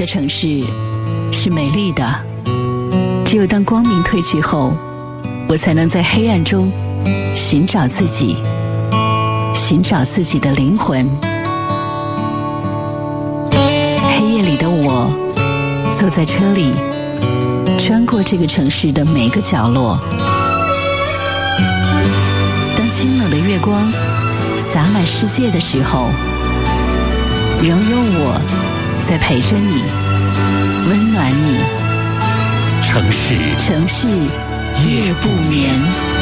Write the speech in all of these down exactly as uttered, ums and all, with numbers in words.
的城市是美丽的，只有当光明褪去后，我才能在黑暗中寻找自己，寻找自己的灵魂。黑夜里的我坐在车里，穿过这个城市的每个角落。当清冷的月光洒满世界的时候，仍有我在陪着你，温暖你。 城市城市夜不眠。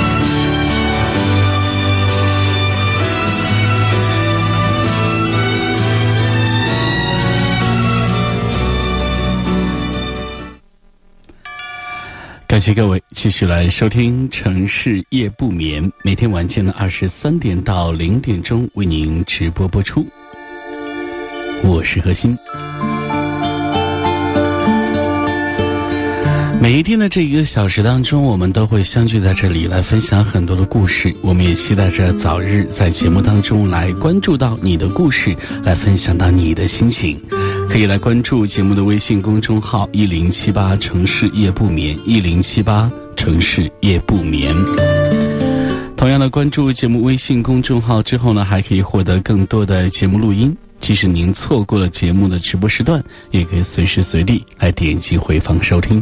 感谢各位继续来收听城市夜不眠，每天晚间的二十三点到零点钟为您直播播出。我是何欣。每一天的这一个小时当中，我们都会相聚在这里来分享很多的故事，我们也期待着早日在节目当中来关注到你的故事，来分享到你的心情。可以来关注节目的微信公众号一零七八城市夜不眠，一零七八城市夜不眠。同样的，关注节目微信公众号之后呢，还可以获得更多的节目录音，即使您错过了节目的直播时段，也可以随时随地来点击回放收听。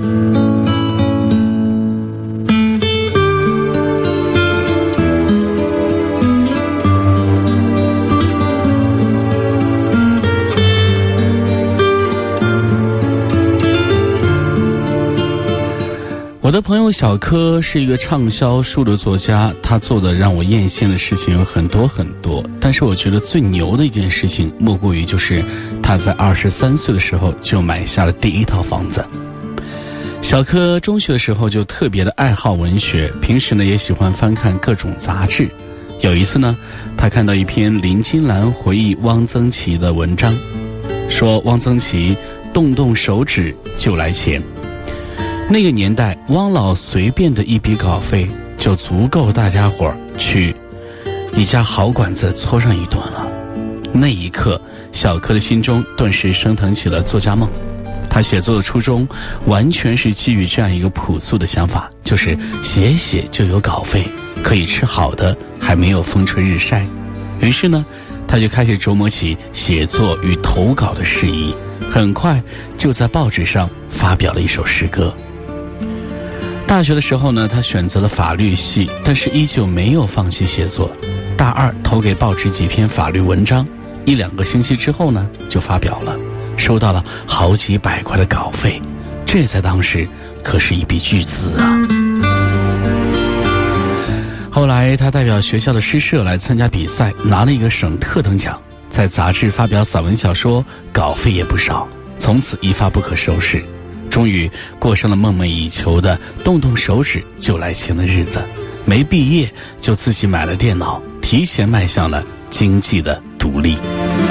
我的朋友小柯是一个畅销书的作家，他做的让我艳羡的事情有很多很多，但是我觉得最牛的一件事情莫过于就是他在二十三岁的时候就买下了第一套房子。小柯中学的时候就特别的爱好文学，平时呢也喜欢翻看各种杂志。有一次呢，他看到一篇林金兰回忆汪曾祺的文章，说汪曾祺动动手指就来钱。那个年代，汪老随便的一笔稿费就足够大家伙儿去一家好馆子搓上一顿了。那一刻，小柯的心中顿时升腾起了作家梦。他写作的初衷完全是基于这样一个朴素的想法，就是写写就有稿费，可以吃好的，还没有风吹日晒。于是呢，他就开始琢磨起写作与投稿的事宜，很快就在报纸上发表了一首诗歌。大学的时候呢，他选择了法律系，但是依旧没有放弃写作。大二投给报纸几篇法律文章，一两个星期之后呢，就发表了，收到了好几百块的稿费，这在当时可是一笔巨资啊。后来他代表学校的诗社来参加比赛，拿了一个省特等奖，在杂志发表散文小说，稿费也不少，从此一发不可收拾。终于过上了梦寐以求的动动手指就来钱的日子，没毕业就自己买了电脑，提前迈向了经济的独立。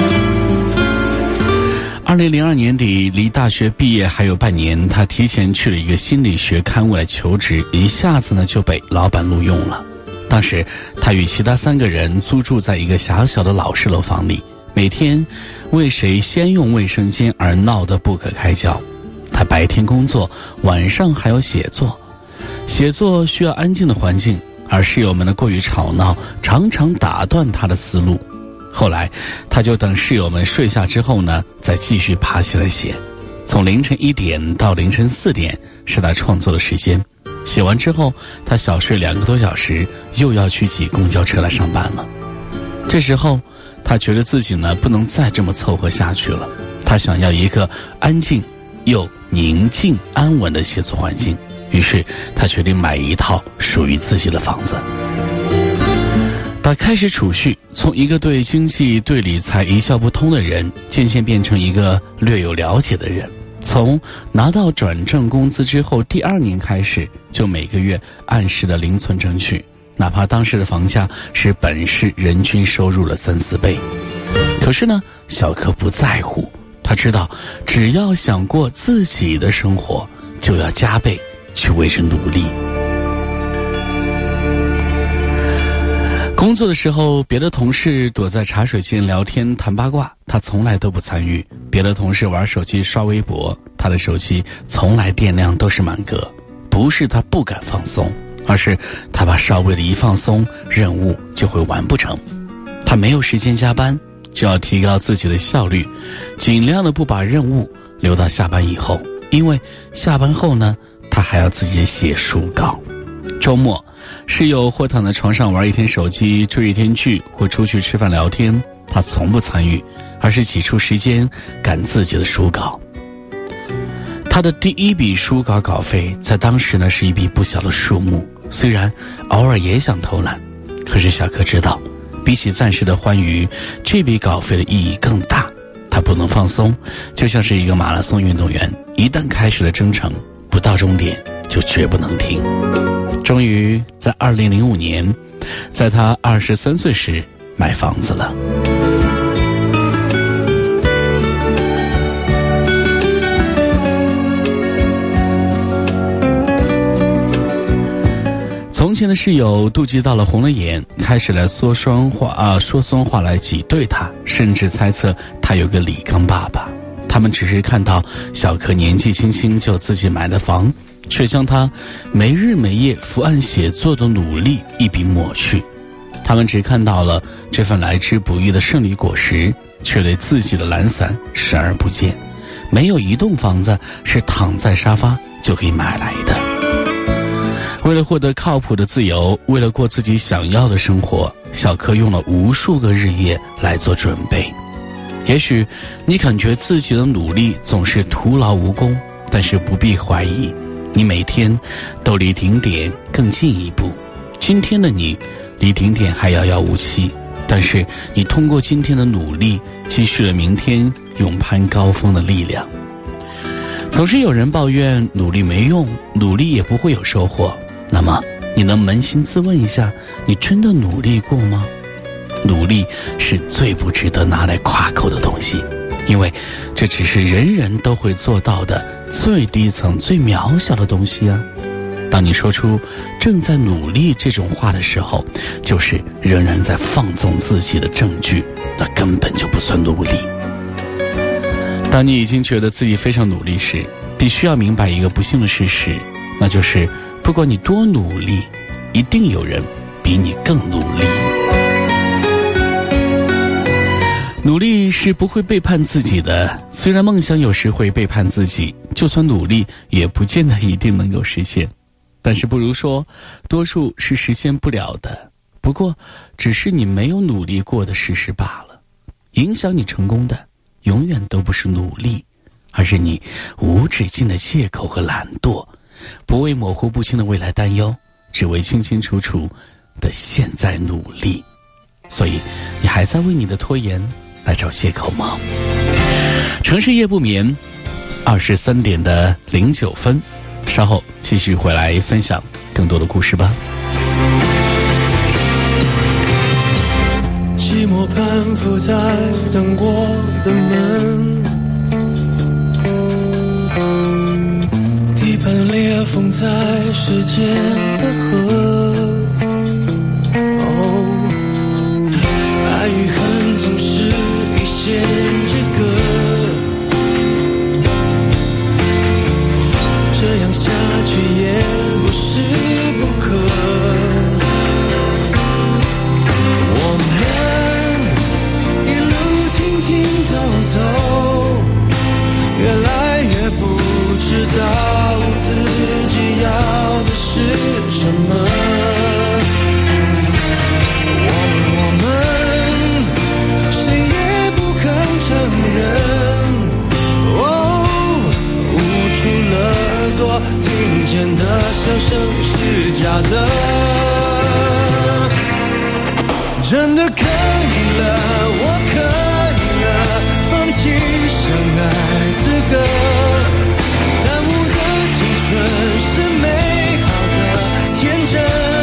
二零零二年底，离大学毕业还有半年，他提前去了一个心理学刊物来求职，一下子呢就被老板录用了。当时他与其他三个人租住在一个狭小的老式楼房里，每天为谁先用卫生间而闹得不可开交。他白天工作，晚上还要写作。写作需要安静的环境，而室友们的过于吵闹常常打断他的思路。后来他就等室友们睡下之后呢，再继续爬起来写。从凌晨一点到凌晨四点是他创作的时间。写完之后，他小睡两个多小时，又要去挤公交车来上班了。这时候他觉得自己呢不能再这么凑合下去了，他想要一个安静又宁静安稳的写作环境，于是他决定买一套属于自己的房子。他开始储蓄，从一个对经济对理财一窍不通的人，渐渐变成一个略有了解的人。从拿到转正工资之后第二年开始，就每个月按时的零存整取，哪怕当时的房价是本市人均收入的三四倍。可是呢，小柯不在乎，他知道只要想过自己的生活，就要加倍去为之努力。工作的时候，别的同事躲在茶水间聊天谈八卦，他从来都不参与。 别的同事玩手机刷微博，他的手机从来电量都是满格。不是他不敢放松，而是他怕稍微的一放松，任务就会完不成。他没有时间加班，就要提高自己的效率，尽量的不把任务留到下班以后，因为下班后呢，他还要自己写书稿。周末，室友或躺在床上玩一天手机，追一天剧，或出去吃饭聊天，他从不参与，而是挤出时间赶自己的书稿。他的第一笔书稿稿费在当时呢是一笔不小的数目，虽然偶尔也想偷懒，可是小柯知道，比起暂时的欢愉，这笔稿费的意义更大。他不能放松，就像是一个马拉松运动员，一旦开始了征程，不到终点就绝不能停。终于在二零零五年，在他二十三岁时买房子了。从前的室友妒忌到了红了眼，开始来说双话啊，说松话来挤兑他，甚至猜测他有个李刚爸爸。他们只是看到小柯年纪轻轻就自己买的房，却将他没日没夜伏案写作的努力一笔抹去。他们只看到了这份来之不易的胜利果实，却对自己的懒散视而不见。没有一栋房子是躺在沙发就可以买来的。为了获得靠谱的自由，为了过自己想要的生活，小柯用了无数个日夜来做准备。也许你感觉自己的努力总是徒劳无功，但是不必怀疑，你每天都离顶点更进一步。今天的你离顶点还遥遥无期，但是你通过今天的努力，积蓄了明天勇攀高峰的力量。总是有人抱怨努力没用，努力也不会有收获。那么你能扪心自问一下，你真的努力过吗？努力是最不值得拿来夸口的东西，因为这只是人人都会做到的最低层最渺小的东西啊。当你说出正在努力这种话的时候，就是仍然在放纵自己的证据，那根本就不算努力。当你已经觉得自己非常努力时，必须要明白一个不幸的事实，那就是不管你多努力，一定有人比你更努力。努力是不会背叛自己的，虽然梦想有时会背叛自己，就算努力也不见得一定能够实现。但是不如说，多数是实现不了的，不过只是你没有努力过的事实罢了。影响你成功的永远都不是努力，而是你无止境的借口和懒惰，不为模糊不清的未来担忧，只为清清楚楚的现在努力。所以你还在为你的拖延来找借口吗？城市夜不眠，二十三点的零九分，稍后继续回来分享更多的故事吧。 寂寞攀附在等过的门，地板裂缝在时间的河。哦，爱与恨总是一线之隔，这样下去也不是不可。走走，越来越不知道自己要的是什么。我们我们谁也不肯承认，哦，捂住了耳朵，听见的笑声是假的。真的可以了，我可放弃相爱资格，耽误的青春是美好的天真，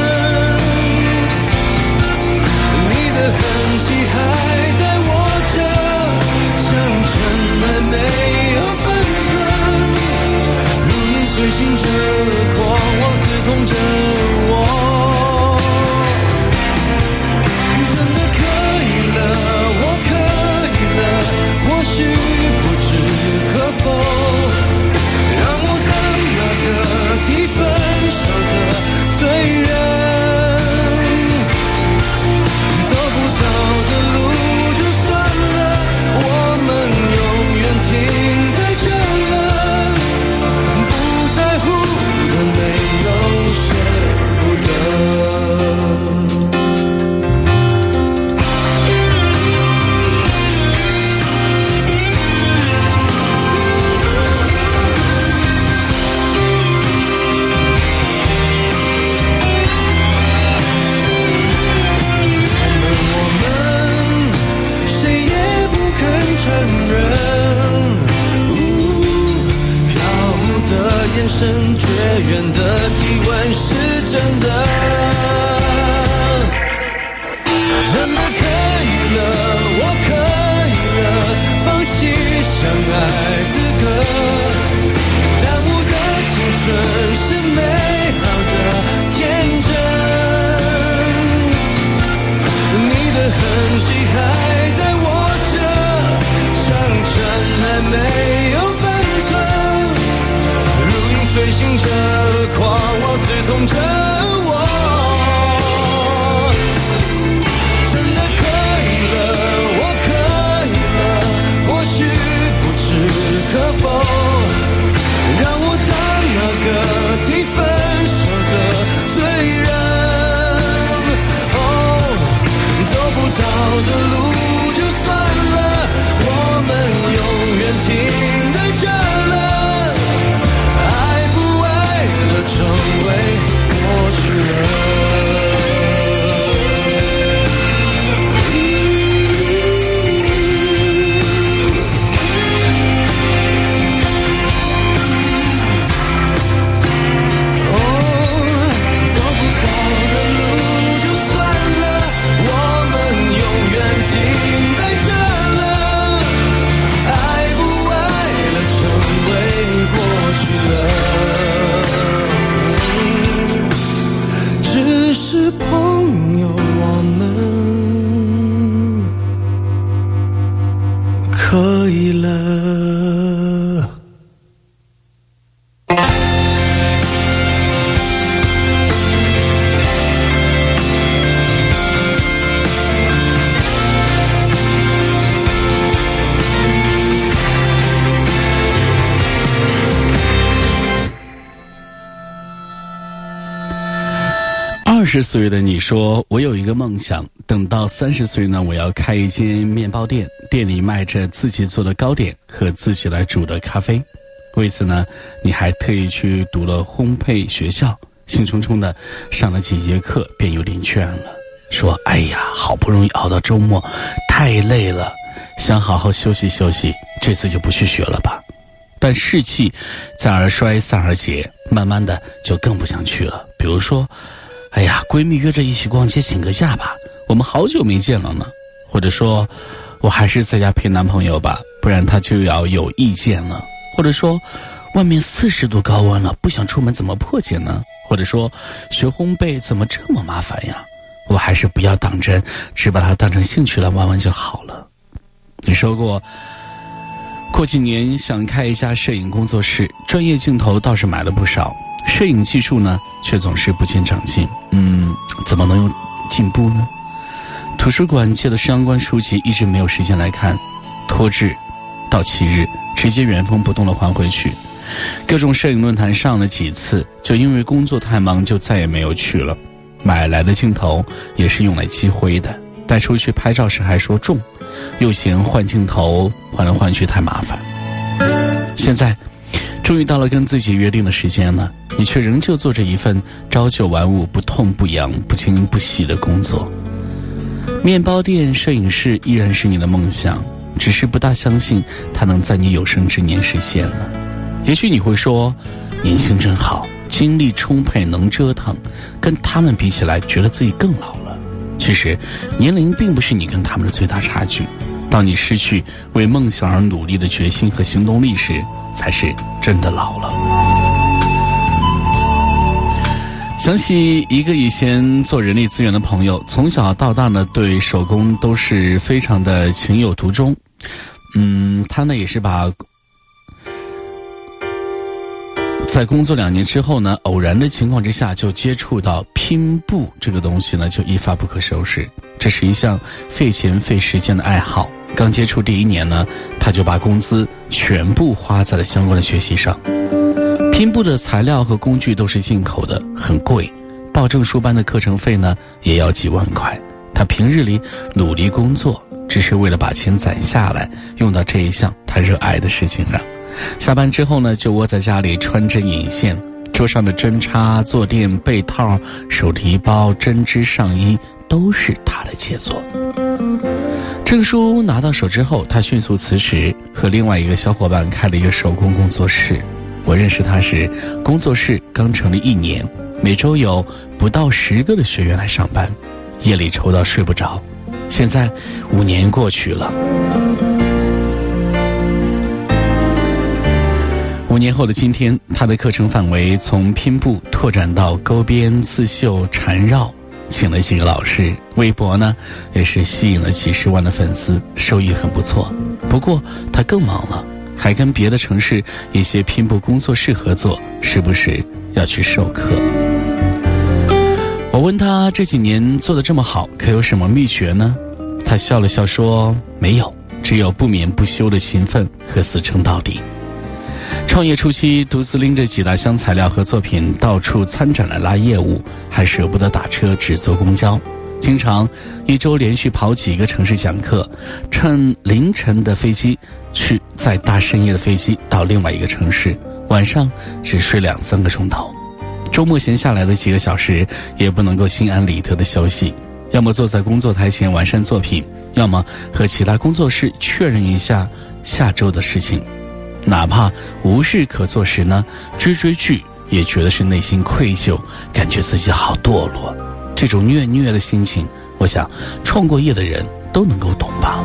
你的痕迹还在握着，像尘埃没有分寸，如影随形着，狂妄刺痛着我。真的可以了，我可以了，或许不生绝缘的体温是真的，真的可以了，我可以了，放弃相爱资格，耽误的青春是美好的天真，你的痕迹还在我这，像尘埃没有分寸，如影随形着，狂妄刺痛着我，真的可以了，我可以了，或许不置可否，让我当那个提分手的罪人。哦，走不到的路就算了，我们永远停在这了，爱不爱了，成为过去了。只是朋友，我们可以了。 二十岁的你说，我有一个梦想，等到三十岁呢，我要开一间面包店，店里卖着自己做的糕点和自己来煮的咖啡。为此呢，你还特意去读了烘焙学校，兴冲冲的上了几节课，便有点倦了，说哎呀，好不容易熬到周末，太累了，想好好休息休息，这次就不去学了吧。但士气在而衰散而竭，慢慢的就更不想去了。比如说，哎呀，闺蜜约着一起逛街请个假吧，我们好久没见了呢。或者说，我还是在家陪男朋友吧，不然他就要有意见了。或者说，外面四十度高温了，不想出门怎么破解呢？或者说，学烘焙怎么这么麻烦呀？我还是不要当真，只把它当成兴趣来玩玩就好了。你说过，过几年想开一家摄影工作室，专业镜头倒是买了不少，摄影技术呢却总是不见长进。嗯，怎么能有进步呢？图书馆借的相关书籍一直没有时间来看，拖至到期日直接原封不动地还回去。各种摄影论坛上了几次，就因为工作太忙就再也没有去了。买来的镜头也是用来积灰的，带出去拍照时还说重，又嫌换镜头换来换去太麻烦。现在终于到了跟自己约定的时间了，你却仍旧做着一份朝九晚五、不痛不痒、不惊不喜的工作。面包店、摄影师依然是你的梦想，只是不大相信它能在你有生之年实现了。也许你会说，年轻真好，精力充沛，能折腾，跟他们比起来觉得自己更老了。其实年龄并不是你跟他们的最大差距，当你失去为梦想而努力的决心和行动力时，才是真的老了。想起一个以前做人力资源的朋友，从小到大呢对手工都是非常的情有独钟。嗯，他呢也是把在工作两年之后呢，偶然的情况之下就接触到拼布这个东西呢，就一发不可收拾。这是一项费钱费时间的爱好。刚接触第一年呢，他就把工资全部花在了相关的学习上。拼布的材料和工具都是进口的，很贵，报证书班的课程费呢也要几万块。他平日里努力工作，只是为了把钱攒下来，用到这一项他热爱的事情上。下班之后呢，就窝在家里穿针引线，桌上的针插、坐垫、被套、手提包、针织上衣都是他的杰作。证书拿到手之后，他迅速辞职，和另外一个小伙伴开了一个手工工作室。 我认识他时，工作室刚成立一年，每周有不到十个的学员来上班，夜里愁到睡不着。现在五年过去了，五年后的今天，他的课程范围从拼布拓展到钩编、刺绣、缠绕，请了几个老师，微博呢也是吸引了几十万的粉丝，收益很不错。不过他更忙了，还跟别的城市一些拼布工作室合作，时不时要去授课。我问他这几年做得这么好，可有什么秘诀呢？他笑了笑说，没有，只有不眠不休的勤奋和死撑到底。创业初期，独自拎着几大箱材料和作品到处参展来拉业务，还舍不得打车，只坐公交，经常一周连续跑几个城市讲课，乘凌晨的飞机去，再搭深夜的飞机到另外一个城市，晚上只睡两三个钟头，周末闲下来的几个小时也不能够心安理得的休息，要么坐在工作台前完善作品，要么和其他工作室确认一下下周的事情。哪怕无事可做时呢，追追剧也觉得是内心愧疚，感觉自己好堕落。这种虐虐的心情，我想创过业的人都能够懂吧。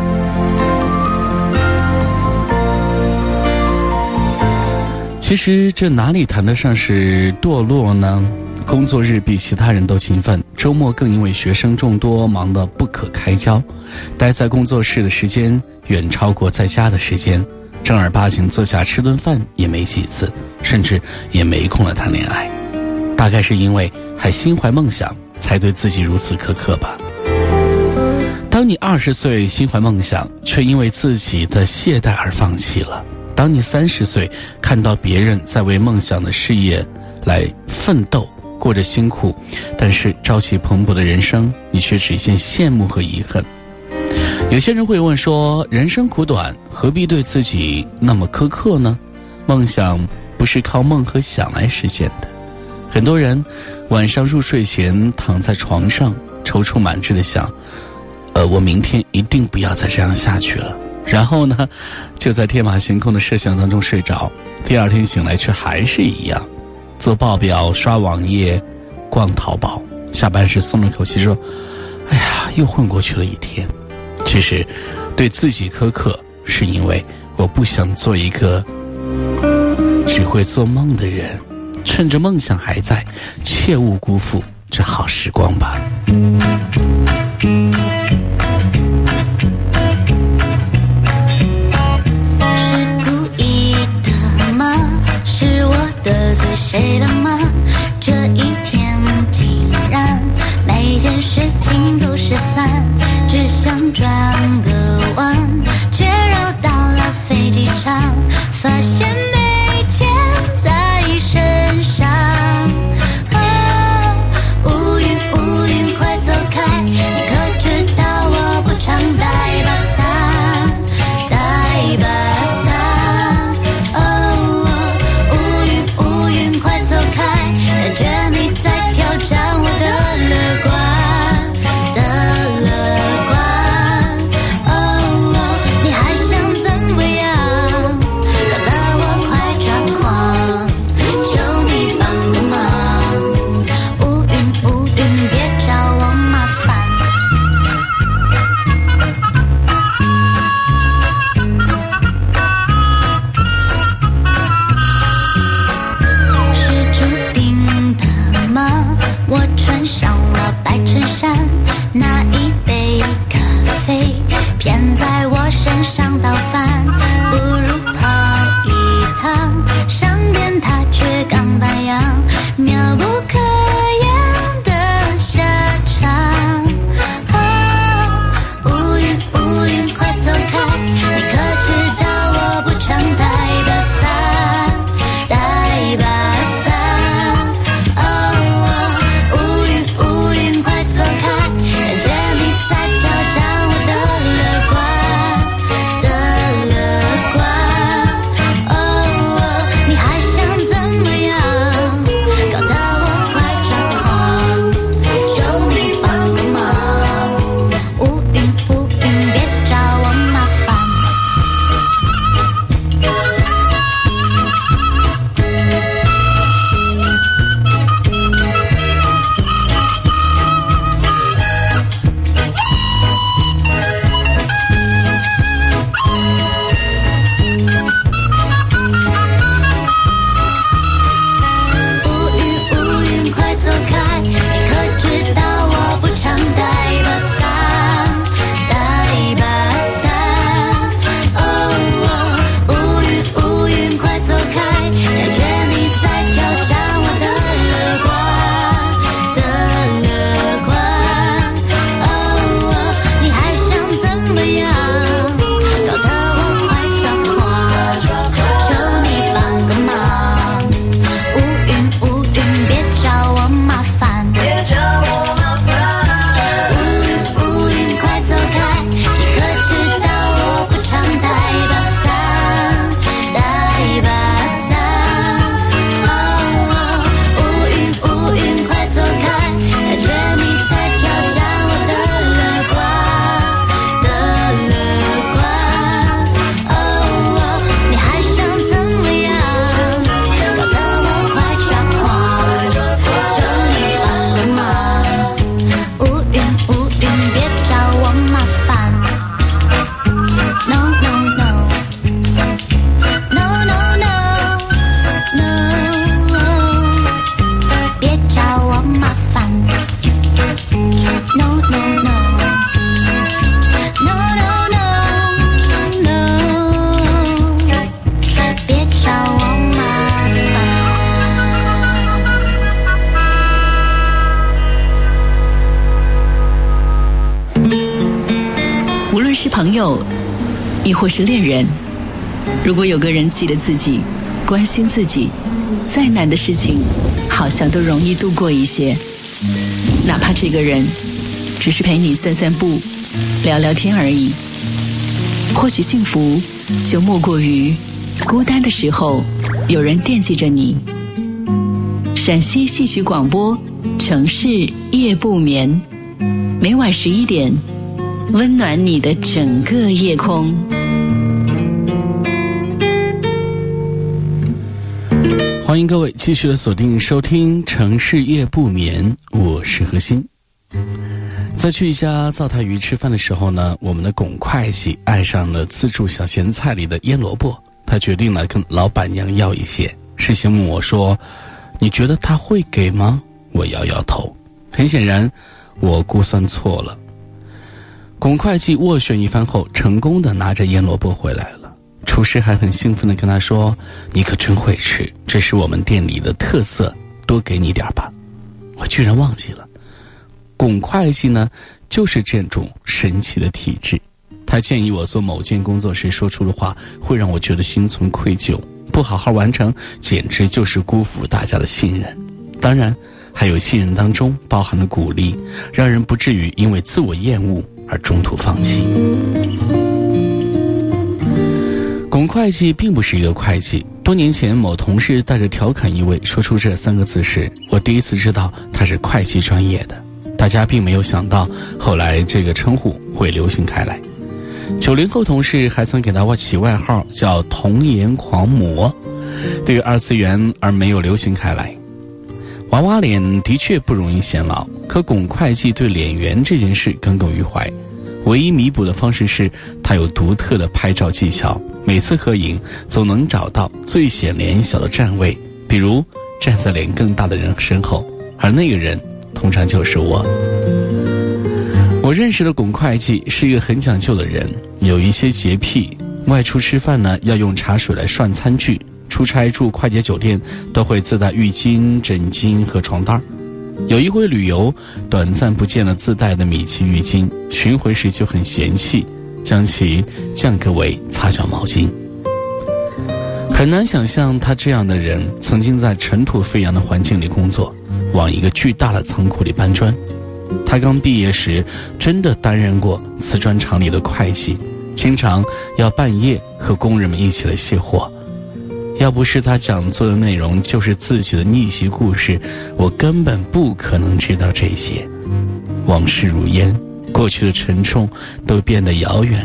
其实这哪里谈得上是堕落呢？工作日比其他人都勤奋，周末更因为学生众多，忙得不可开交，待在工作室的时间远超过在家的时间，正儿八经坐下吃顿饭也没几次，甚至也没空来谈恋爱。大概是因为还心怀梦想，才对自己如此苛刻吧。当你二十岁心怀梦想，却因为自己的懈怠而放弃了；当你三十岁看到别人在为梦想的事业来奋斗，过着辛苦但是朝气蓬勃的人生，你却只见羡慕和遗憾。有些人会问说，人生苦短，何必对自己那么苛刻呢？梦想不是靠梦和想来实现的。很多人晚上入睡前躺在床上，踌躇满志地想，呃，我明天一定不要再这样下去了。然后呢，就在天马行空的设想当中睡着，第二天醒来却还是一样，做报表、刷网页、逛淘宝，下班时松了口气说，哎呀，又混过去了一天。其实对自己苛刻，是因为我不想做一个只会做梦的人，趁着梦想还在，切勿辜负这好时光吧。 是故意的吗？是我得罪谁了吗？这一天竟然每件事情都失散，只想转个弯，却绕到了飞机场，发现没钱在身上。啊，乌云乌云快走开，你可知道我不常带把伞，带把伞。哦，乌云乌云快走开，感觉你在挑战我的乐观。我朋友，亦或是恋人，如果有个人记得自己，关心自己，再难的事情好像都容易度过一些。哪怕这个人只是陪你散散步，聊聊天而已。或许幸福就莫过于孤单的时候有人惦记着你。陕西戏曲广播，城市夜不眠，每晚十一点，温暖你的整个夜空。 欢迎各位继续的锁定收听城市夜不眠，我是何欣。在去一家灶台鱼吃饭的时候呢，我们的巩会计爱上了自助小咸菜里的腌萝卜，他决定了跟老板娘要一些。事先问我说，你觉得他会给吗？我摇摇头。很显然我估算错了。巩会计斡旋一番后，成功的拿着腌萝卜回来了。厨师还很兴奋地跟他说，你可真会吃，这是我们店里的特色，多给你点吧。我居然忘记了，巩会计呢就是这种神奇的体质。他建议我做某件工作时说出的话会让我觉得心存愧疚，不好好完成简直就是辜负大家的信任。当然还有信任当中包含了鼓励，让人不至于因为自我厌恶而中途放弃。巩会计并不是一个会计，多年前某同事带着调侃意味说出这三个字时，我第一次知道他是会计专业的。大家并没有想到后来这个称呼会流行开来。九零后同事还曾给他起外号叫童颜狂魔，对于二次元而没有流行开来。娃娃脸的确不容易显老，可巩会计对脸圆这件事耿耿于怀。唯一弥补的方式是他有独特的拍照技巧，每次合影总能找到最显脸小的站位，比如站在脸更大的人身后，而那个人通常就是我。我认识的巩会计是一个很讲究的人，有一些洁癖，外出吃饭呢要用茶水来涮餐具，出差住快捷酒店都会自带浴巾、枕巾和床单。有一回旅游，短暂不见了自带的米奇浴巾，寻回时就很嫌弃，将其降格为擦脚毛巾。很难想象他这样的人曾经在尘土飞扬的环境里工作，往一个巨大的仓库里搬砖。他刚毕业时真的担任过瓷砖厂里的会计，经常要半夜和工人们一起来卸货。要不是他讲座的内容就是自己的逆袭故事，我根本不可能知道这些。往事如烟，过去的沉重都变得遥远。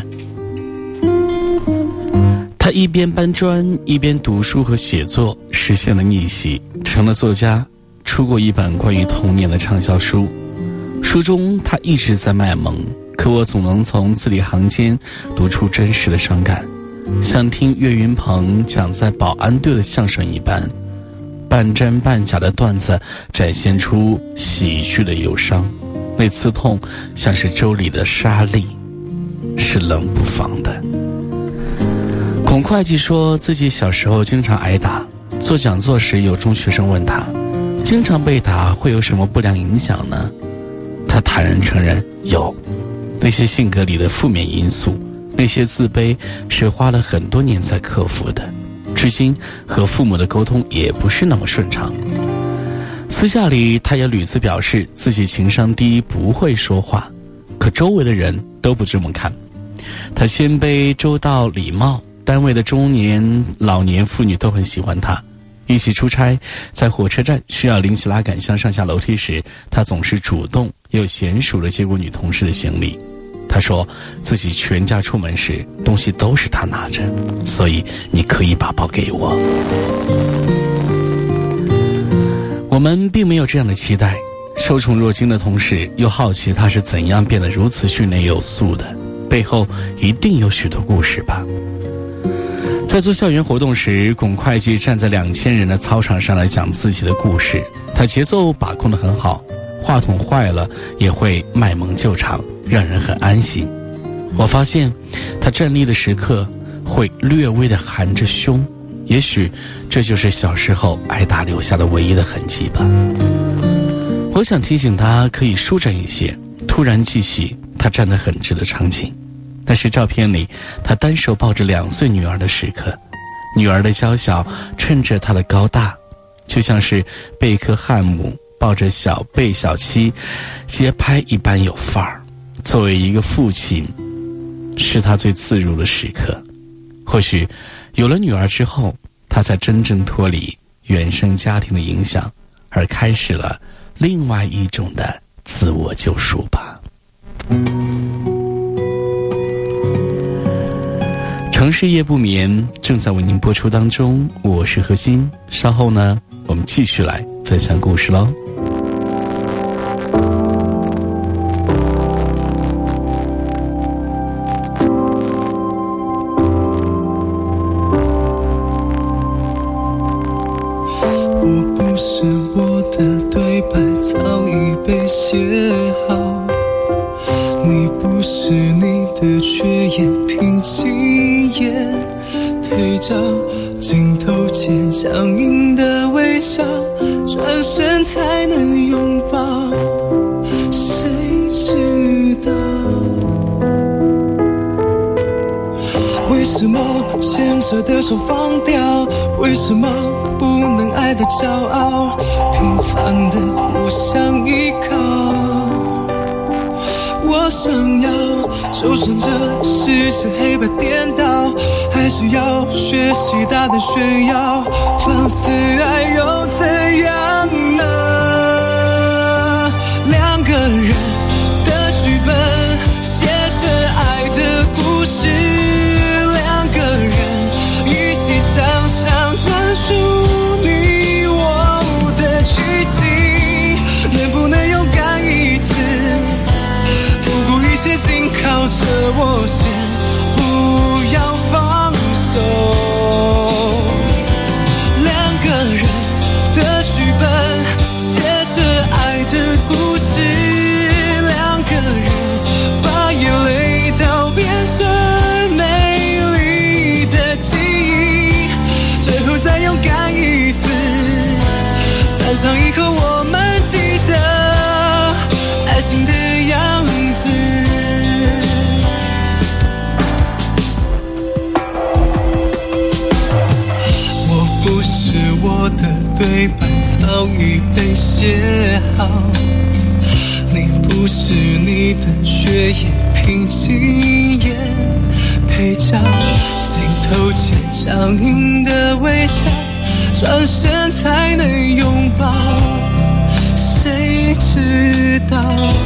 他一边搬砖一边读书和写作，实现了逆袭，成了作家，出过一本关于童年的畅销书。书中他一直在卖萌，可我总能从字里行间读出真实的伤感，像听岳云鹏讲在保安队的相声一般，半真半假的段子展现出喜剧的忧伤，那刺痛像是粥里的沙粒，是冷不防的。巩会计说自己小时候经常挨打，做讲座时有中学生问他，经常被打会有什么不良影响呢？他坦然承认有，那些性格里的负面因素，那些自卑是花了很多年才克服的，至今和父母的沟通也不是那么顺畅。私下里他也屡次表示自己情商低，不会说话，可周围的人都不这么看。他谦卑周到礼貌，单位的中年老年妇女都很喜欢他。一起出差，在火车站需要拎起拉杆箱上下楼梯时，他总是主动又娴熟地接过女同事的行李。他说自己全家出门时东西都是他拿着，所以你可以把包给我。我们并没有这样的期待，受宠若惊的同时又好奇他是怎样变得如此训练有素的，背后一定有许多故事吧。在做校园活动时，巩会计站在两千人的操场上来讲自己的故事，他节奏把控得很好，话筒坏了也会卖萌救场，让人很安心。我发现他站立的时刻会略微地含着胸，也许这就是小时候挨打留下的唯一的痕迹吧。我想提醒他可以舒展一些，突然记起他站得很直的场景。 那是照片里他单手抱着两岁女儿的时刻，女儿的娇小衬着他的高大，就像是贝克汉姆抱着小贝小七街拍一般有范儿。作为一个父亲，是他最自如的时刻。或许有了女儿之后，他才真正脱离原生家庭的影响，而开始了另外一种的自我救赎吧。城市夜不眠正在为您播出当中，我是何欣。稍后呢，我们继续来分享故事喽。 我不是我的对白早已被写好，你不是你的缺眼凭经验配照，镜头前僵硬的微笑，转身才能拥抱，谁知道为什么牵着的手放掉，为什么不能爱的骄傲，平凡的互相依靠。我想要，就算这世界黑白颠倒，还是要学习大胆炫耀，放肆爱又怎样呢？两个人的剧本，写着爱的故事，两个人一起想象专属你我的剧情，能不能勇敢一次，不顾一切紧靠着我先不要放手。两个人的剧本，写着爱的故事，两个人把眼泪都变成美丽的记忆，最后再勇敢一次，散场以后我们记得爱情的样子。我不是我的对白早已被写好，你不是你的缺眼凭经验配照，镜头前僵硬的微笑，转身才能拥抱，谁知道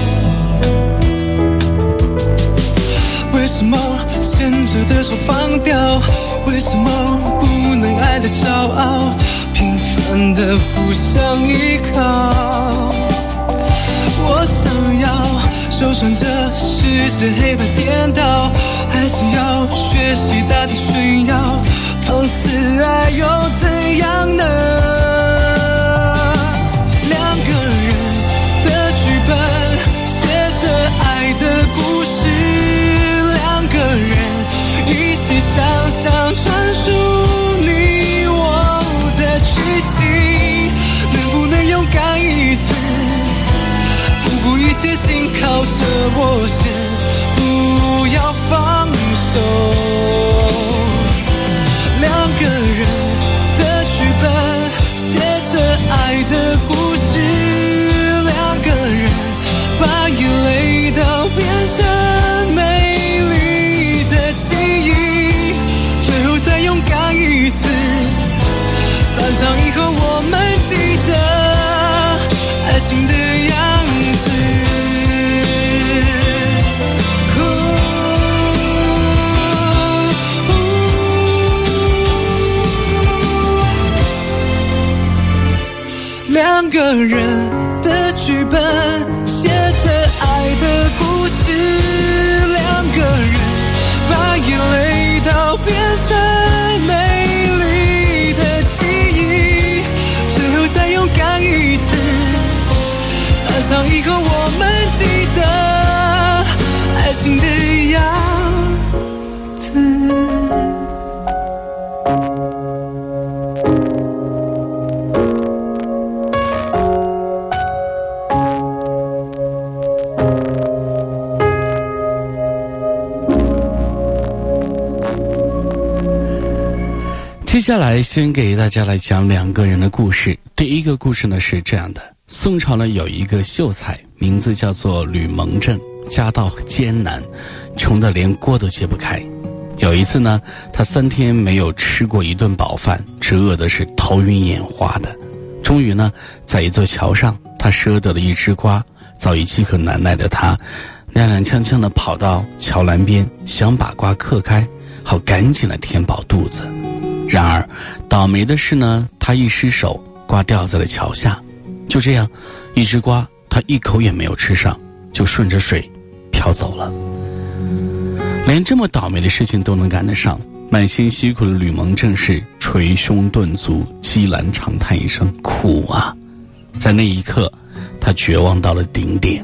为什么牵着的手放掉，为什么不能爱的骄傲，平凡的互相依靠。我想要，就算这世界黑白颠倒，还是要学习大胆炫耀，放肆爱又怎样呢？两个人的剧本，写着爱的故事，两个人一起想象专属你我的剧情，能不能勇敢一次，不顾一切紧靠着我先不要放手。两个人的剧本，写着爱的故事，两个人把眼泪都变成美丽的记忆，最后再勇敢一次，散场以后我们记得爱情的样子。两个人的剧本，写着爱的故事，两个人把眼泪都变成美丽的记忆，最后再勇敢一次，散场以后我们记得爱情的样子。 接下来先给大家来讲两个人的故事。第一个故事呢是这样的：宋朝呢有一个秀才，名字叫做吕蒙正，家道艰难，穷得连锅都揭不开。有一次呢，他三天没有吃过一顿饱饭，只饿的是头晕眼花的。终于呢，在一座桥上，他赊得了一只瓜。早已饥渴难耐的他，踉踉跄跄地跑到桥栏边，想把瓜嗑开，好赶紧地填饱肚子。然而，倒霉的是呢，他一失手，瓜掉在了桥下。就这样，一只瓜他一口也没有吃上，就顺着水飘走了。连这么倒霉的事情都能赶得上，满心辛苦的吕蒙正是捶胸顿足，凄然长叹一声：苦啊！在那一刻，他绝望到了顶点。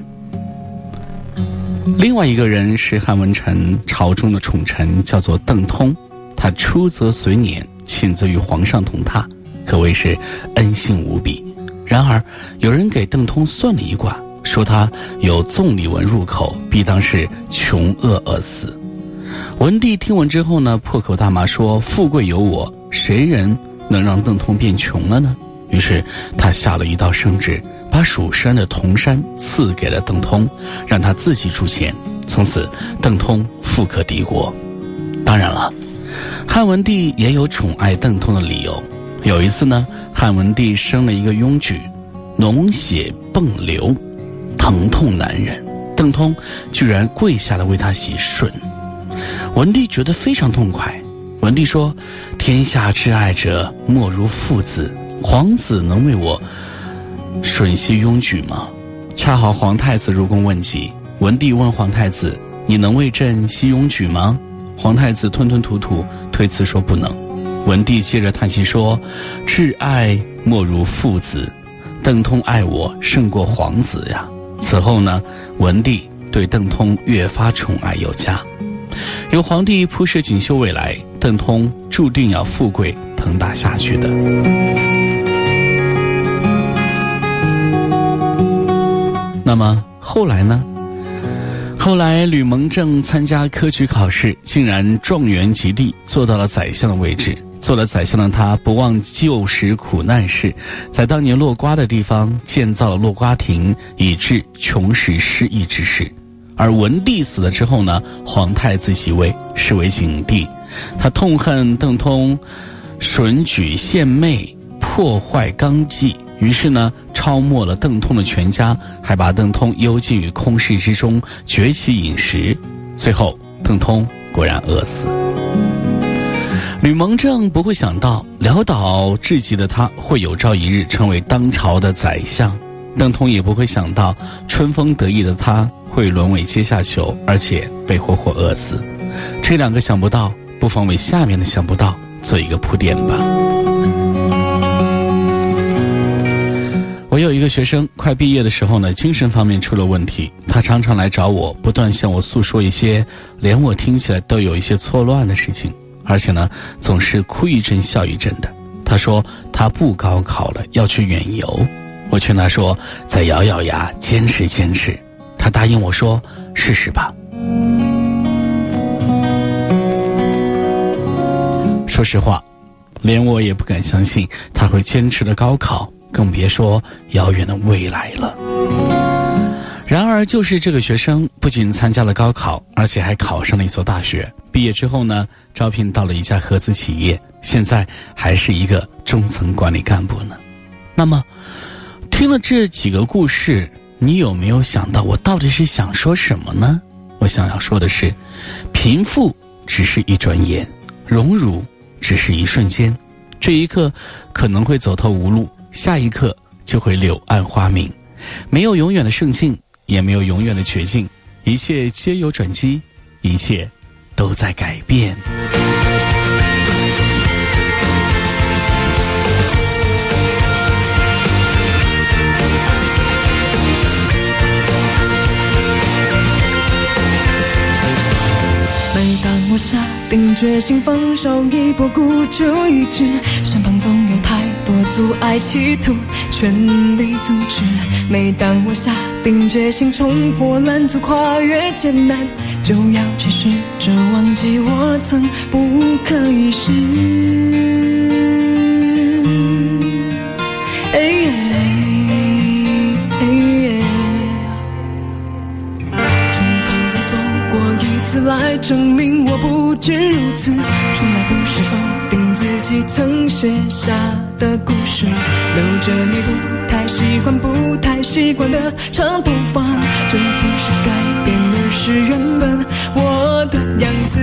另外一个人是汉文臣朝中的宠臣，叫做邓通。他出则随辇，寝则与皇上同榻，可谓是恩信无比。然而有人给邓通算了一卦，说他有纵里纹入口，必当是穷饿而死。文帝听闻之后呢，破口大骂说：富贵有我，谁人能让邓通变穷了呢？于是他下了一道圣旨，把蜀山的铜山赐给了邓通，让他自己出钱。从此邓通富可敌国。当然了，汉文帝也有宠爱邓通的理由。有一次呢，汉文帝生了一个庸举，脓血迸流，疼痛难忍，邓通居然跪下来为他洗舜。文帝觉得非常痛快。文帝说：天下至爱者，莫如父子，皇子能为我吮吸庸举吗？恰好皇太子入宫问疾，文帝问皇太子：你能为朕吸庸举吗？皇太子吞吞吐吐推辞说不能。文帝接着叹息说：至爱莫如父子，邓通爱我胜过皇子呀。此后呢，文帝对邓通越发宠爱有加。有皇帝铺设锦绣未来，邓通注定要富贵腾达下去的。那么后来呢？后来吕蒙正参加科举考试，竟然状元及第，做到了宰相的位置。做了宰相的他，不忘旧时苦难事，在当年落瓜的地方建造了落瓜亭，以治穷时失意之事。而文帝死了之后呢，皇太子即位，是为景帝。他痛恨邓通吮举献媚，破坏纲纪，于是呢，抄没了邓通的全家，还把邓通幽禁于空室之中，绝其饮食。最后，邓通果然饿死。吕蒙正不会想到，潦倒至极的他会有朝一日成为当朝的宰相。邓通也不会想到，春风得意的他会沦为阶下囚，而且被活活饿死。这两个想不到，不妨为下面的想不到做一个铺垫吧。我有一个学生，快毕业的时候呢，精神方面出了问题。他常常来找我，不断向我诉说一些连我听起来都有一些错乱的事情，而且呢，总是哭一阵笑一阵的。他说他不高考了，要去远游。我劝他说再咬咬牙，坚持坚持。他答应我说试试吧。说实话，连我也不敢相信他会坚持的高考，更别说遥远的未来了。然而就是这个学生不仅参加了高考，而且还考上了一所大学。毕业之后呢，招聘到了一家合资企业，现在还是一个中层管理干部呢。那么听了这几个故事，你有没有想到我到底是想说什么呢？我想要说的是，贫富只是一转眼，荣辱只是一瞬间，这一刻可能会走投无路，下一刻就会柳暗花明。没有永远的盛境，也没有永远的绝境，一切皆有转机，一切都在改变。 每当我下定决心放手一搏，孤注一掷，身旁总有太多阻碍企图全力阻止。每当我下定决心冲破拦阻，跨越艰难，就要去试着忘记我曾不可一世。 曾写下的故事，留着你不太喜欢不太习惯的长头发，这不是改变，而是原本我的样子。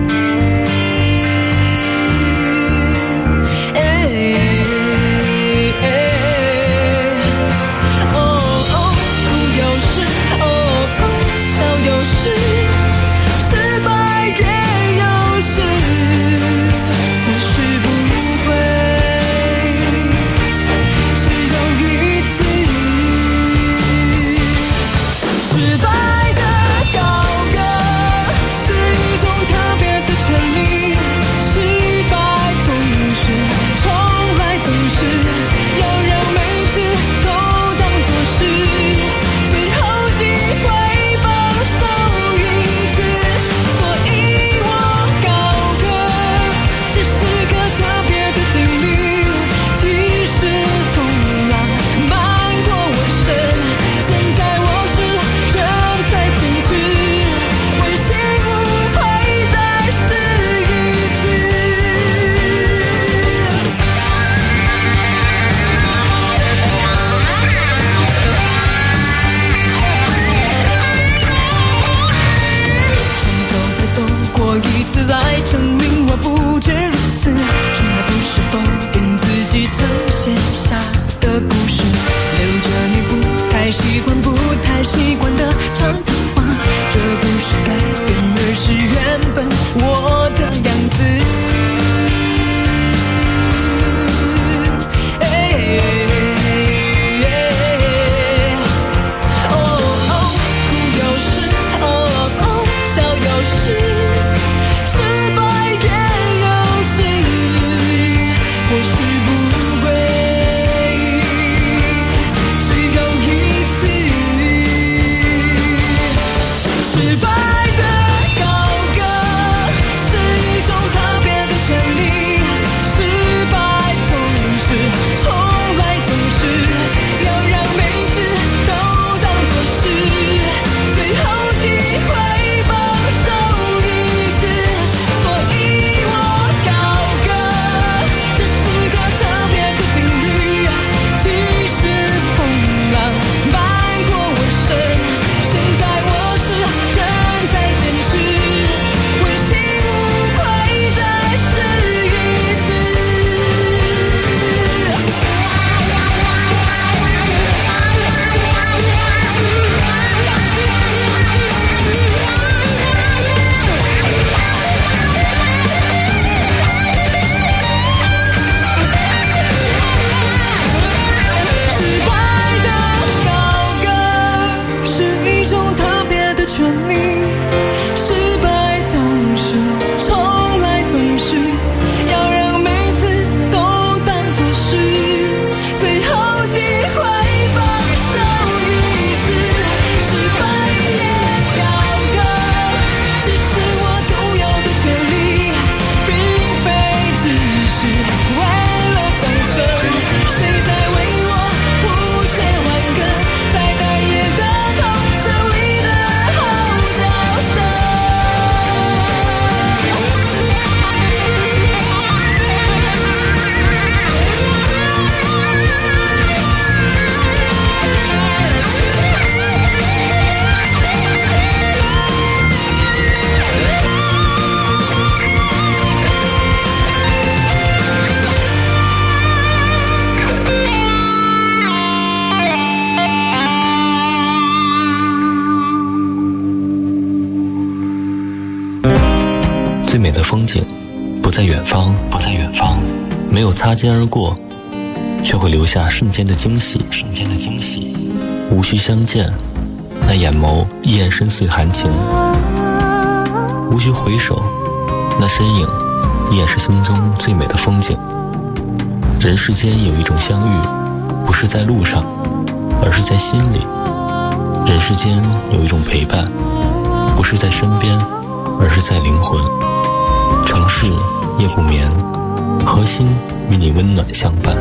最美的风景不在远方，不在远方，没有擦肩而过，却会留下瞬间的惊喜，瞬间的惊喜。无需相见，那眼眸依然深邃含情；无需回首，那身影依然是心中最美的风景。人世间有一种相遇，不是在路上，而是在心里；人世间有一种陪伴，不是在身边，而是在灵魂。城市夜不眠，核心与你温暖相伴。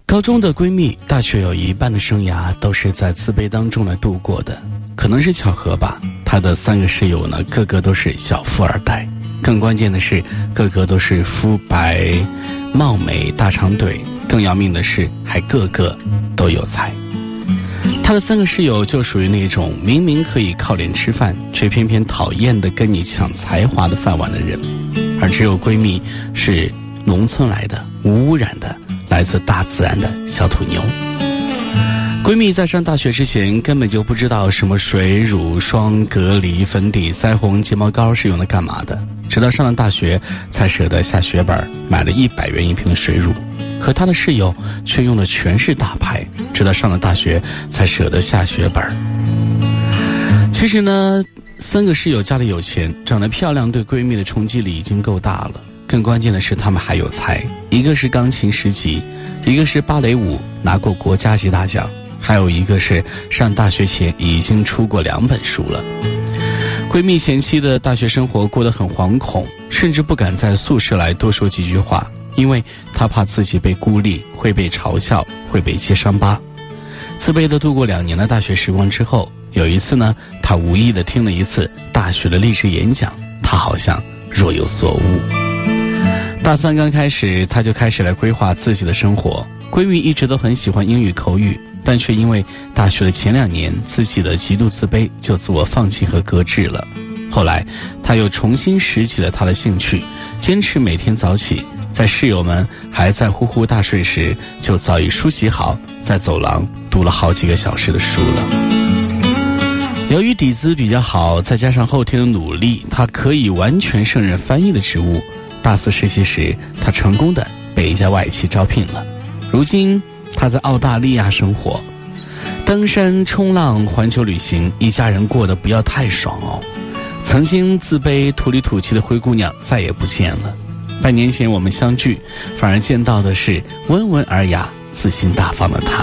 高中的闺蜜，大学有一半的生涯都是在自卑当中来度过的。可能是巧合吧，她的三个室友呢，个个都是小富二代，更关键的是个个都是肤白貌美大长腿，更要命的是还个个都有才。她的三个室友就属于那种明明可以靠脸吃饭，却偏偏讨厌的跟你抢才华的饭碗的人。而只有闺蜜是农村来的，无污染的，来自大自然的小土妞。闺蜜在上大学之前根本就不知道什么水乳霜隔离粉底腮红睫毛膏是用来干嘛的，直到上了大学才舍得下血本买了一百元一瓶的水乳。可她的室友却用的全是大牌，直到上了大学才舍得下血本。其实呢，三个室友家里有钱，长得漂亮，对闺蜜的冲击力已经够大了。更关键的是他们还有才，一个是钢琴十级，一个是芭蕾舞拿过国家级大奖，还有一个是上大学前已经出过两本书了。闺蜜前期的大学生活过得很惶恐，甚至不敢在宿舍来多说几句话，因为她怕自己被孤立，会被嘲笑，会被揭伤疤。自卑地度过两年的大学时光之后，有一次呢，她无意地听了一次大学的励志演讲，她好像若有所悟。大三刚开始，她就开始来规划自己的生活。闺蜜一直都很喜欢英语口语，但却因为大学的前两年自己的极度自卑，就自我放弃和搁置了。后来她又重新拾起了她的兴趣，坚持每天早起，在室友们还在呼呼大睡时，就早已梳洗好，在走廊读了好几个小时的书了。由于底子比较好，再加上后天的努力，她可以完全胜任翻译的职务。大四实习时，她成功的被一家外企招聘了。如今她在澳大利亚生活，登山、冲浪、环球旅行，一家人过得不要太爽哦。曾经自卑、土里土气的灰姑娘再也不见了。半年前我们相聚，反而见到的是温文尔雅、自信大方的她。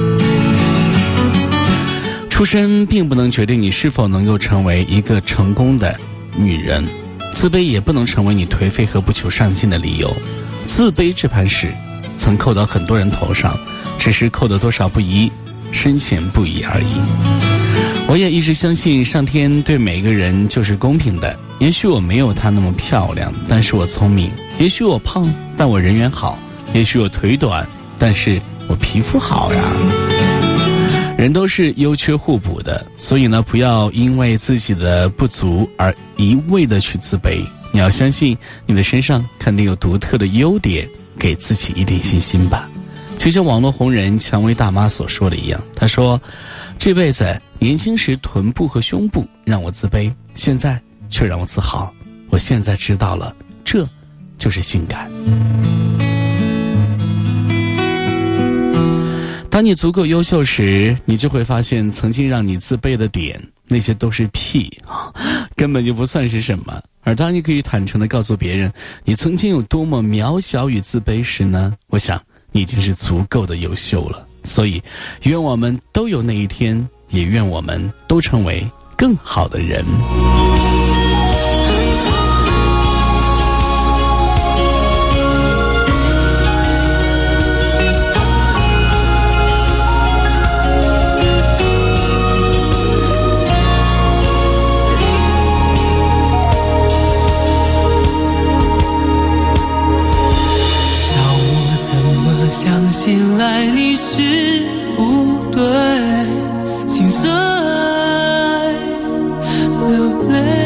出身并不能决定你是否能够成为一个成功的女人，自卑也不能成为你颓废和不求上进的理由。自卑这盘屎曾扣到很多人头上，只是扣的多少不一，深浅不一而已。我也一直相信上天对每个人就是公平的。也许我没有她那么漂亮，但是我聪明；也许我胖，但我人缘好；也许我腿短，但是我皮肤好呀。人都是优缺互补的，所以呢，不要因为自己的不足而一味的去自卑。你要相信你的身上肯定有独特的优点，给自己一点信心吧。就像网络红人蔷薇大妈所说的一样，她说这辈子年轻时臀部和胸部让我自卑，现在却让我自豪。我现在知道了，这就是性感。当你足够优秀时，你就会发现曾经让你自卑的点，那些都是屁，根本就不算是什么。而当你可以坦诚地告诉别人你曾经有多么渺小与自卑时呢，我想你已经是足够的优秀了。所以愿我们都有那一天，也愿我们都成为更好的人。 相信爱你是不对，心碎流泪。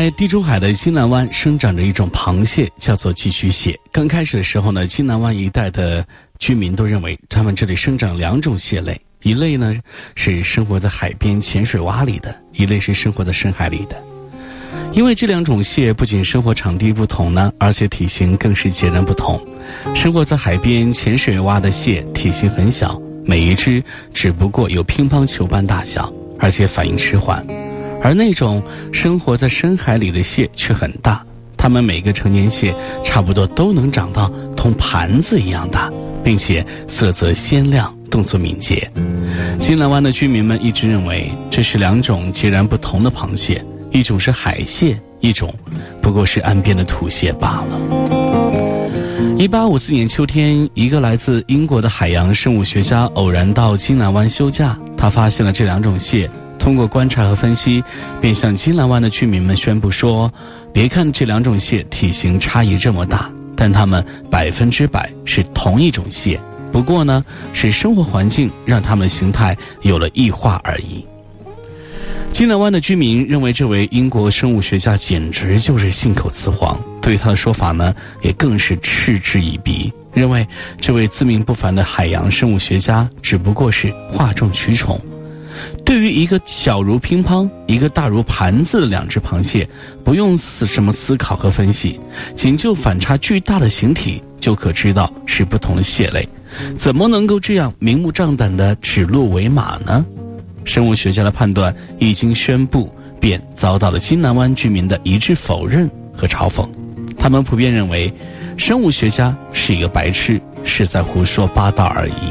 在地中海的金兰湾生长着一种螃蟹，叫做寄居蟹。刚开始的时候呢，金兰湾一带的居民都认为他们这里生长两种蟹类，一类呢是生活在海边浅水洼里的，一类是生活在深海里的。因为这两种蟹不仅生活场地不同呢，而且体型更是截然不同。生活在海边浅水洼的蟹体型很小，每一只只不过有乒乓球般大小，而且反应迟缓。而那种生活在深海里的蟹却很大，它们每个成年蟹差不多都能长到同盘子一样大，并且色泽鲜亮，动作敏捷。金兰湾的居民们一直认为这是两种截然不同的螃蟹，一种是海蟹，一种不过是岸边的土蟹罢了。一八五四年秋天，一个来自英国的海洋生物学家偶然到金兰湾休假，他发现了这两种蟹。通过观察和分析，便向金兰湾的居民们宣布说，别看这两种蟹体型差异这么大，但它们百分之百是同一种蟹，不过呢，是生活环境让它们的形态有了异化而已。金兰湾的居民认为这位英国生物学家简直就是信口雌黄，对他的说法呢，也更是嗤之以鼻，认为这位自命不凡的海洋生物学家只不过是哗众取宠。对于一个小如乒乓，一个大如盘子的两只螃蟹，不用思什么思考和分析，仅就反差巨大的形体就可知道是不同的蟹类，怎么能够这样明目张胆地指鹿为马呢？生物学家的判断一经宣布，便遭到了金兰湾居民的一致否认和嘲讽。他们普遍认为，生物学家是一个白痴，是在胡说八道而已。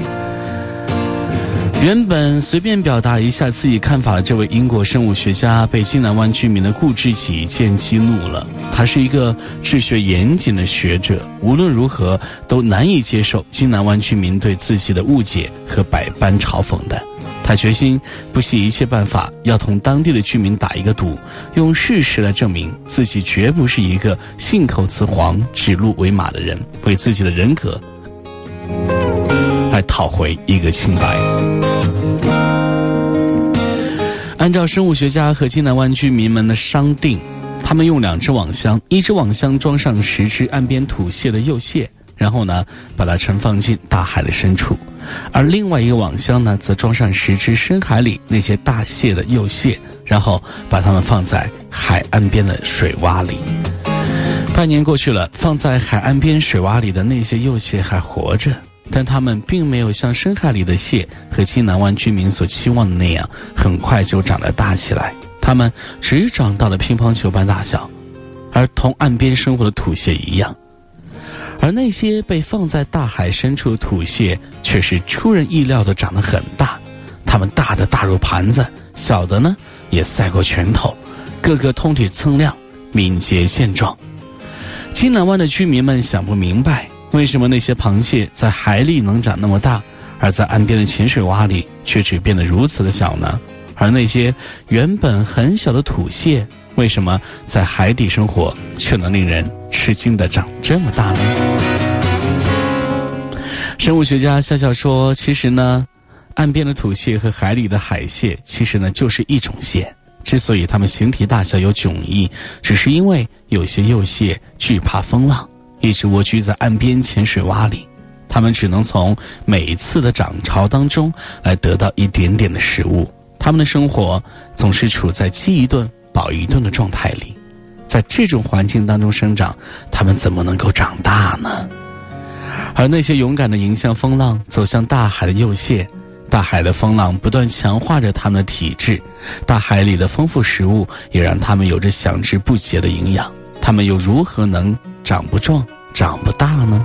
原本随便表达一下自己看法的这位英国生物学家，被金兰湾居民的固执己见激怒了。他是一个治学严谨的学者，无论如何都难以接受金兰湾居民对自己的误解和百般嘲讽的。他决心不惜一切办法，要同当地的居民打一个赌，用事实来证明自己绝不是一个信口雌黄、指鹿为马的人，为自己的人格来讨回一个清白。按照生物学家和金兰湾居民们的商定，他们用两只网箱，一只网箱装上十只岸边土蟹的幼蟹，然后呢，把它盛放进大海的深处；而另外一个网箱呢，则装上十只深海里那些大蟹的幼蟹，然后把它们放在海岸边的水洼里。半年过去了，放在海岸边水洼里的那些幼蟹还活着，但它们并没有像深海里的蟹和金兰湾居民所期望的那样很快就长得大起来，它们只长到了乒乓球般大小，而同岸边生活的土蟹一样。而那些被放在大海深处的土蟹却是出人意料的长得很大，它们大的大如盘子，小的呢也赛过拳头，个个通体锃亮，敏捷健壮。金兰湾的居民们想不明白，为什么那些螃蟹在海里能长那么大，而在岸边的浅水洼里却只变得如此的小呢？而那些原本很小的土蟹，为什么在海底生活却能令人吃惊地长这么大呢？生物学家笑笑说，其实呢，岸边的土蟹和海里的海蟹其实呢就是一种蟹，之所以它们形体大小有迥异，只是因为有些幼蟹惧怕风浪，一直蜗居在岸边浅水洼里，它们只能从每一次的涨潮当中来得到一点点的食物，它们的生活总是处在饥一顿饱一顿的状态里，在这种环境当中生长，它们怎么能够长大呢？而那些勇敢的迎向风浪走向大海的幼蟹，大海的风浪不断强化着它们的体质，大海里的丰富食物也让它们有着享之不竭的营养，它们又如何能长不壮长不大呢？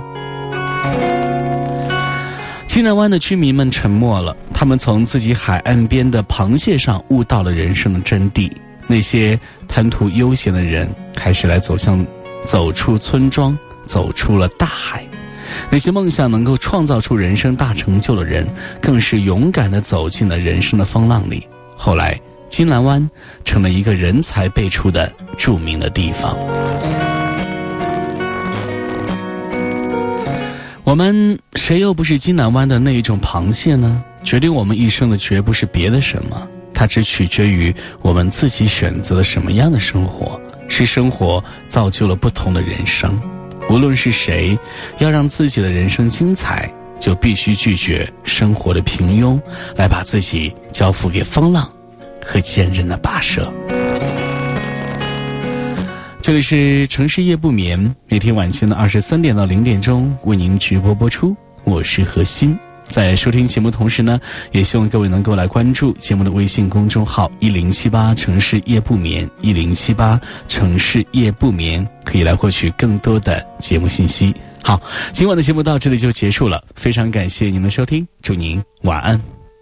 金兰湾的居民们沉默了，他们从自己海岸边的螃蟹上悟到了人生的真谛。那些贪图悠闲的人开始来走向走出村庄，走出了大海。那些梦想能够创造出人生大成就的人，更是勇敢地走进了人生的风浪里。后来金兰湾成了一个人才辈出的著名的地方。我们谁又不是金兰湾的那一种螃蟹呢？决定我们一生的绝不是别的什么， 它只取决于我们自己选择了什么样的生活，是生活造就了不同的人生。无论是谁，要让自己的人生精彩，就必须拒绝生活的平庸，来把自己交付给风浪和坚韧的跋涉。这里是城市夜不眠，每天晚间的二十三点到零点钟为您直播播出，我是何欣。在收听节目同时呢，也希望各位能够来关注节目的微信公众号一零七八城市夜不眠，一零七八城市夜不眠，可以来获取更多的节目信息。好，今晚的节目到这里就结束了，非常感谢您的收听，祝您晚安。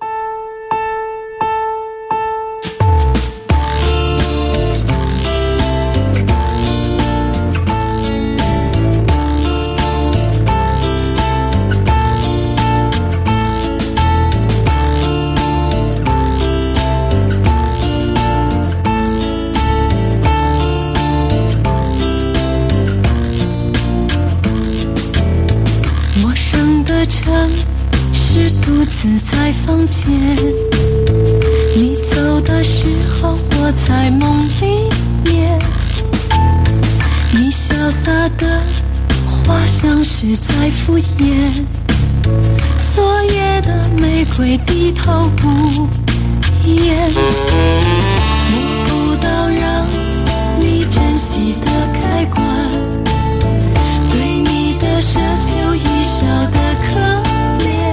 是独自在房间，你走的时候我在梦里面，你潇洒的话像是在敷衍，昨夜的玫瑰低头不言，摸不到让你珍惜的开关，对你的奢求已少得可怜，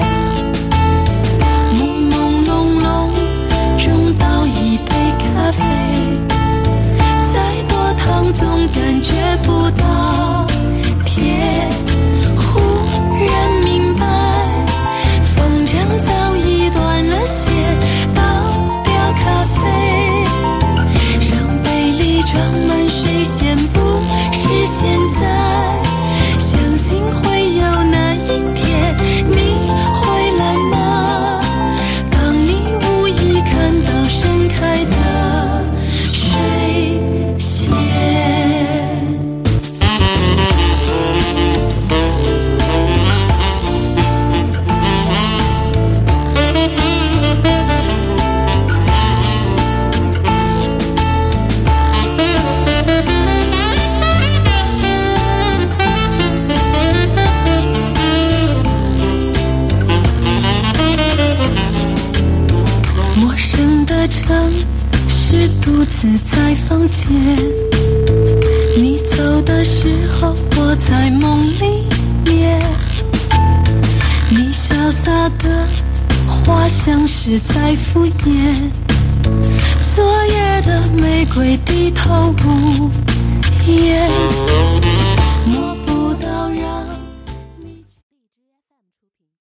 朦朦胧胧中倒一杯咖啡，再多糖总感觉不到甜，忽然明白风筝早已断了线，倒掉咖啡，让杯里装满水仙，不是现在，相信会有那一天你会来吗？当你无意看到盛开的水仙。陌生的城市独自在房间，你走的时候我在梦里面，你潇洒的话像是在敷衍，昨夜的玫瑰低头不言。